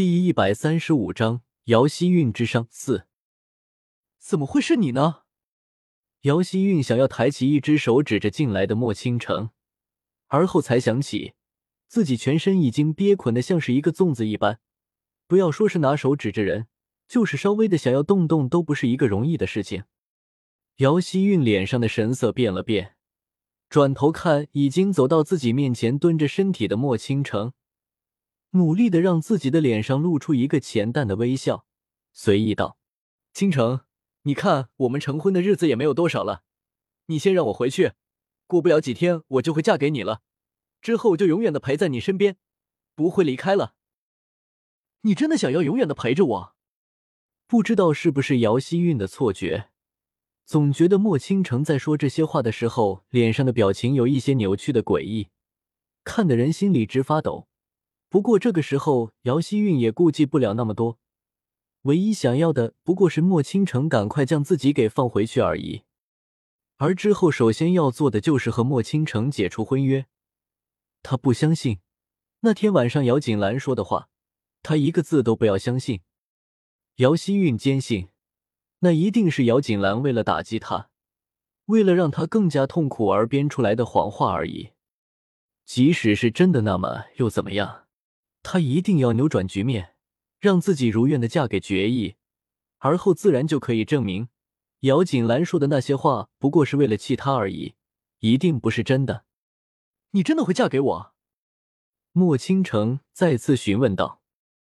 第135章姚希韵之伤4。怎么会是你呢？姚希韵想要抬起一只手指着进来的莫倾城，而后才想起自己全身已经憋捆得像是一个粽子一般，不要说是拿手指着人，就是稍微的想要动动都不是一个容易的事情。姚希韵脸上的神色变了变，转头看已经走到自己面前蹲着身体的莫倾城，努力的让自己的脸上露出一个浅淡的微笑，随意道：倾城，你看我们成婚的日子也没有多少了，你先让我回去，过不了几天我就会嫁给你了，之后就永远的陪在你身边，不会离开了。你真的想要永远的陪着我？不知道是不是姚希韵的错觉，总觉得莫倾城在说这些话的时候，脸上的表情有一些扭曲的诡异，看得人心里直发抖。不过这个时候姚希韵也顾忌不了那么多，唯一想要的不过是莫倾城赶快将自己给放回去而已。而之后首先要做的就是和莫倾城解除婚约。他不相信那天晚上姚锦兰说的话，他一个字都不要相信。姚希韵坚信那一定是姚锦兰为了打击他，为了让他更加痛苦而编出来的谎话而已。即使是真的，那么又怎么样？他一定要扭转局面，让自己如愿的嫁给决意，而后自然就可以证明姚锦兰说的那些话不过是为了气他而已，一定不是真的。你真的会嫁给我？莫倾城再次询问道。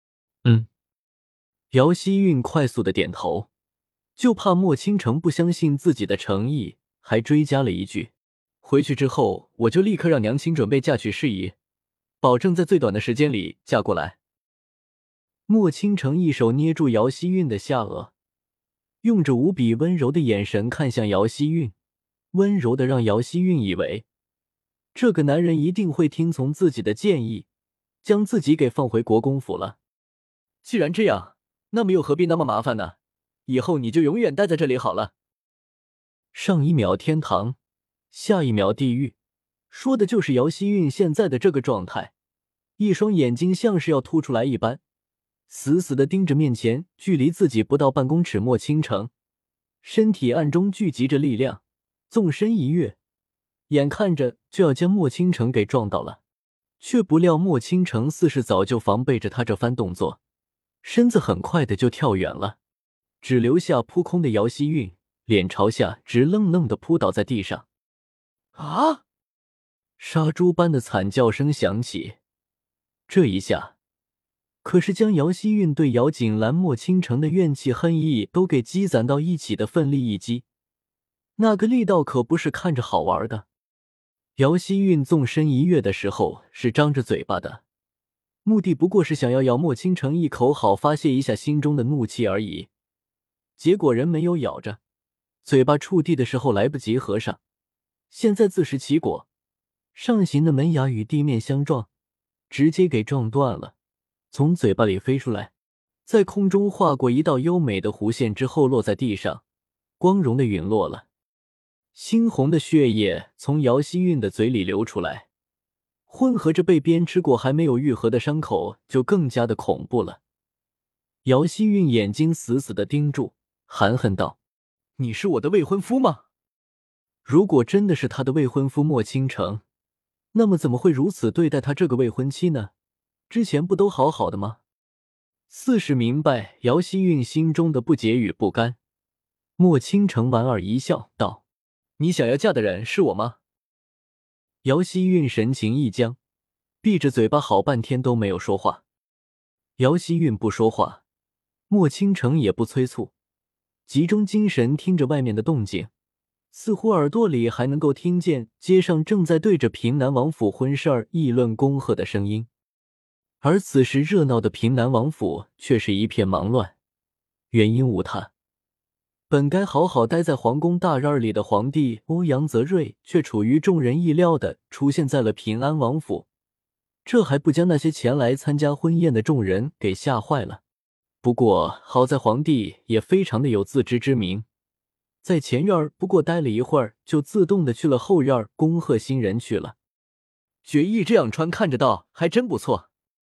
姚希韵快速的点头，就怕莫倾城不相信自己的诚意，还追加了一句：回去之后我就立刻让娘亲准备嫁娶事宜，保证在最短的时间里嫁过来。莫倾城一手捏住姚希韵的下颚，用着无比温柔的眼神看向姚希韵，温柔的让姚希韵以为这个男人一定会听从自己的建议，将自己给放回国公府了。既然这样，那么又何必那么麻烦呢？以后你就永远待在这里好了。上一秒天堂，下一秒地狱，说的就是姚希韵现在的这个状态，一双眼睛像是要凸出来一般，死死地盯着面前距离自己不到半公尺莫倾城，身体暗中聚集着力量，纵身一跃，眼看着就要将莫倾城给撞倒了，却不料莫倾城似是早就防备着他这番动作，身子很快的就跳远了，只留下扑空的姚希韵，脸朝下直愣愣地扑倒在地上。啊！杀猪般的惨叫声响起，这一下可是将姚希韵对姚锦兰、莫倾城的怨气恨意都给积攒到一起的奋力一击，那个力道可不是看着好玩的。姚希韵纵身一跃的时候是张着嘴巴的，目的不过是想要咬莫倾城一口，好发泄一下心中的怒气而已。结果人没有咬着，嘴巴触地的时候来不及合上，现在自食其果，上行的门牙与地面相撞，直接给撞断了，从嘴巴里飞出来，在空中划过一道优美的弧线之后落在地上，光荣的陨落了。猩红的血液从姚希韵的嘴里流出来，混合着被鞭笞过还没有愈合的伤口，就更加的恐怖了。姚希韵眼睛死死地盯住，含恨道：你是我的未婚夫吗？如果真的是他的未婚夫莫倾城，那么怎么会如此对待他这个未婚妻呢？之前不都好好的吗？似是明白姚希韵心中的不解与不甘，莫倾城莞尔一笑道：你想要嫁的人是我吗？姚希韵神情一僵，闭着嘴巴好半天都没有说话。姚希韵不说话，莫倾城也不催促，集中精神听着外面的动静，似乎耳朵里还能够听见街上正在对着平南王府婚事儿议论恭贺的声音。而此时热闹的平南王府却是一片忙乱，原因无他，本该好好待在皇宫大院里的皇帝欧阳泽瑞，却处于众人意料的出现在了平安王府，这还不将那些前来参加婚宴的众人给吓坏了。不过好在皇帝也非常的有自知之明，在前院不过待了一会儿，就自动的去了后院恭贺新人去了。决意这样穿看着倒还真不错。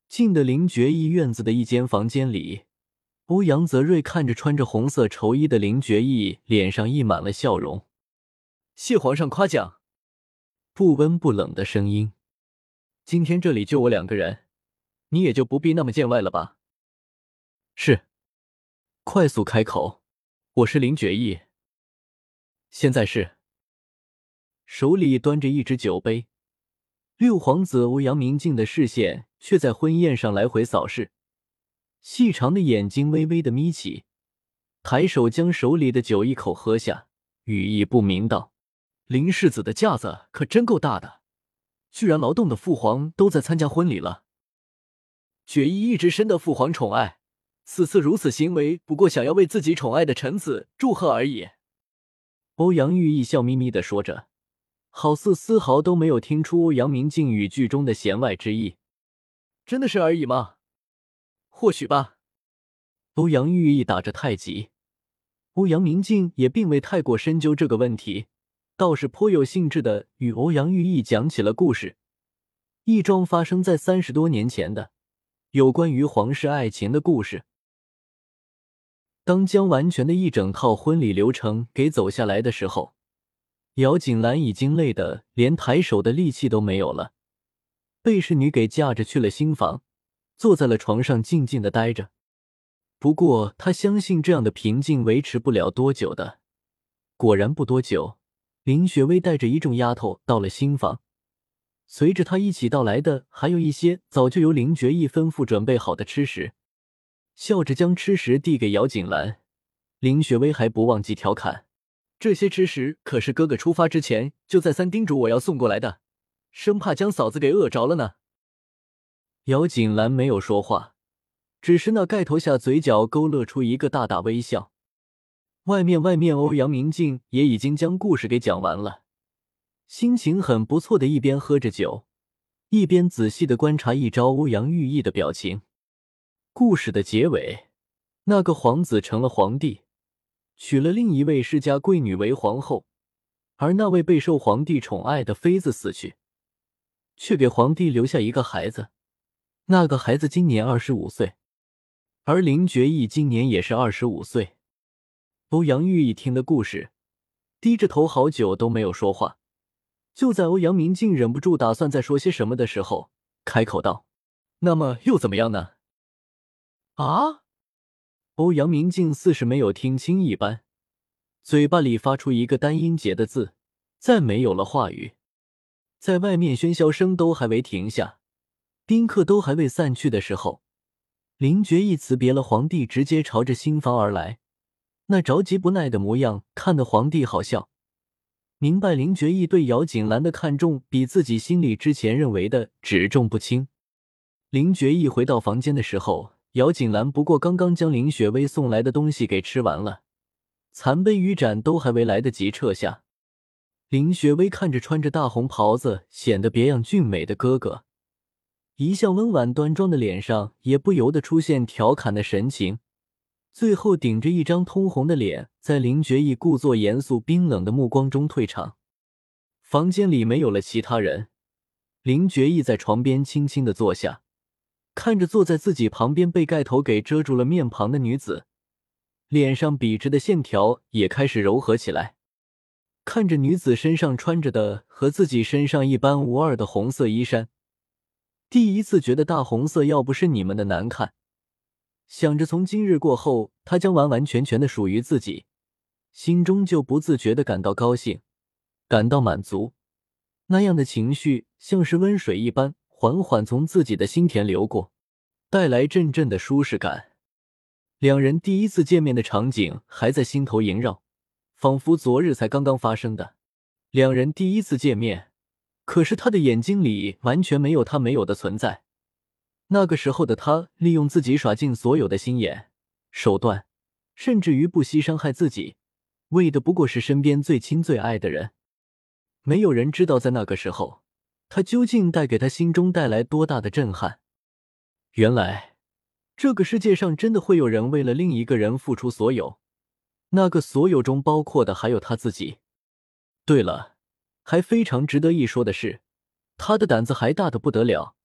近的灵觉意院子的一间房间里，欧阳泽瑞看着穿着红色绸衣的灵觉意，脸上溢满了笑容。谢皇上夸奖。不温不冷的声音。今天这里就我2个人，你也就不必那么见外了吧。是。快速开口。我是林觉意。现在是。手里端着一只酒杯，六皇子欧阳明镜的视线却在婚宴上来回扫视，细长的眼睛微微的眯起，抬手将手里的酒一口喝下，语意不明道：林世子的架子可真够大的，居然劳动的父皇都在参加婚礼了。觉意一直深得父皇宠爱，此次如此行为不过想要为自己宠爱的臣子祝贺而已。欧阳玉意笑眯眯地说着，好似丝毫都没有听出欧阳明镜语句中的弦外之意。真的是而已吗？或许吧。欧阳玉意打着太极，欧阳明镜也并未太过深究这个问题，倒是颇有兴致地与欧阳玉意讲起了故事，一桩发生在30多年前的有关于皇室爱情的故事。当将完全的一整套婚礼流程给走下来的时候，姚锦兰已经累得连抬手的力气都没有了，被侍女给架着去了新房，坐在了床上静静地待着。不过她相信这样的平静维持不了多久的。果然不多久，林雪薇带着一众丫头到了新房，随着她一起到来的还有一些早就由林觉意吩咐准备好的吃食。笑着将吃食递给姚锦兰，林雪薇还不忘记调侃：这些吃食可是哥哥出发之前就再三叮嘱我要送过来的，生怕将嫂子给饿着了呢。姚锦兰没有说话，只是那盖头下嘴角勾勒出一个大大微笑。外面欧阳明镜也已经将故事给讲完了，心情很不错的一边喝着酒，一边仔细地观察一朝欧阳玉意的表情。故事的结尾，那个皇子成了皇帝，娶了另一位世家贵女为皇后，而那位备受皇帝宠爱的妃子死去，却给皇帝留下一个孩子，那个孩子今年25岁，而林觉意今年也是25岁。欧阳玉意听的故事，低着头好久都没有说话，就在欧阳明镜忍不住打算再说些什么的时候，开口道：那么又怎么样呢？啊！欧阳明镜似是没有听清一般，嘴巴里发出一个单音节的字，再没有了话语。在外面喧嚣声都还未停下，宾客都还未散去的时候，林觉意辞别了皇帝，直接朝着新房而来，那着急不耐的模样看得皇帝好笑，明白林觉意对姚锦兰的看重比自己心里之前认为的只重不轻。林觉意回到房间的时候，姚锦兰不过刚刚将林雪薇送来的东西给吃完了，残杯鱼盏都还未来得及撤下。林雪薇看着穿着大红袍子显得别样俊美的哥哥，一向温婉端庄的脸上也不由得出现调侃的神情，最后顶着一张通红的脸，在林觉意故作严肃冰冷的目光中退场。房间里没有了其他人，林觉意在床边轻轻地坐下，看着坐在自己旁边被盖头给遮住了面庞的女子，脸上笔直的线条也开始柔和起来。看着女子身上穿着的和自己身上一般无二的红色衣衫，第一次觉得大红色要不是你们的难看，想着从今日过后它将完完全全的属于自己，心中就不自觉地感到高兴，感到满足，那样的情绪像是温水一般缓缓从自己的心田流过，带来阵阵的舒适感。两人第一次见面的场景还在心头萦绕，仿佛昨日才刚刚发生的。两人第一次见面，可是他的眼睛里完全没有他没有的存在。那个时候的他利用自己耍尽所有的心眼、手段，甚至于不惜伤害自己，为的不过是身边最亲最爱的人。没有人知道在那个时候，他究竟带给他心中带来多大的震撼。原来，这个世界上真的会有人为了另一个人付出所有，那个所有中包括的还有他自己。对了，还非常值得一说的是，他的胆子还大得不得了，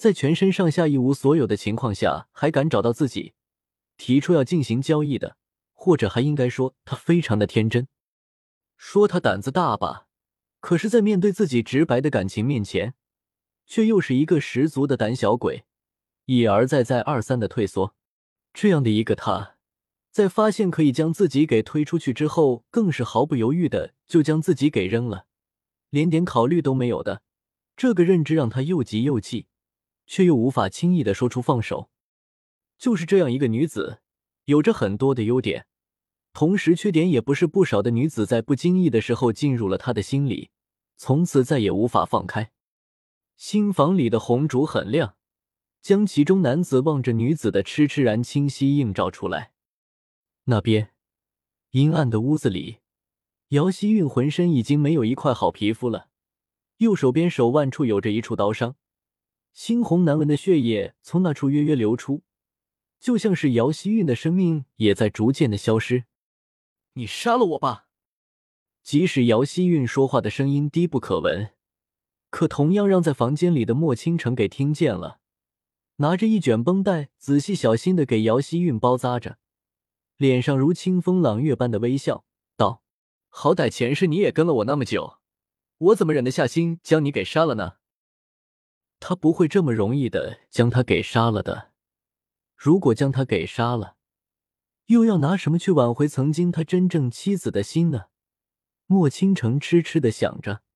在全身上下一无所有的情况下还敢找到自己，提出要进行交易的，或者还应该说他非常的天真。说他胆子大吧，可是在面对自己直白的感情面前，却又是一个十足的胆小鬼，一而再再而三的退缩。这样的一个他，在发现可以将自己给推出去之后，更是毫不犹豫的就将自己给扔了，连点考虑都没有的。这个认知让他又急又气，却又无法轻易的说出放手。就是这样一个女子，有着很多的优点，同时缺点也不是不少的女子在不经意的时候进入了他的心里，从此再也无法放开。新房里的红烛很亮，将其中男子望着女子的痴痴然清晰映照出来。那边阴暗的屋子里，姚希韵浑身已经没有一块好皮肤了，右手边手腕处有着一处刀伤，猩红难闻的血液从那处约约流出，就像是姚希韵的生命也在逐渐的消失。你杀了我吧！即使姚希韵说话的声音低不可闻，可同样让在房间里的莫倾城给听见了，拿着一卷绷带仔细小心的给姚希韵包扎着，脸上如清风朗月般的微笑道：好歹前世你也跟了我那么久，我怎么忍得下心将你给杀了呢？他不会这么容易的将他给杀了的，如果将他给杀了，又要拿什么去挽回曾经他真正妻子的心呢？莫倾城痴痴的想着。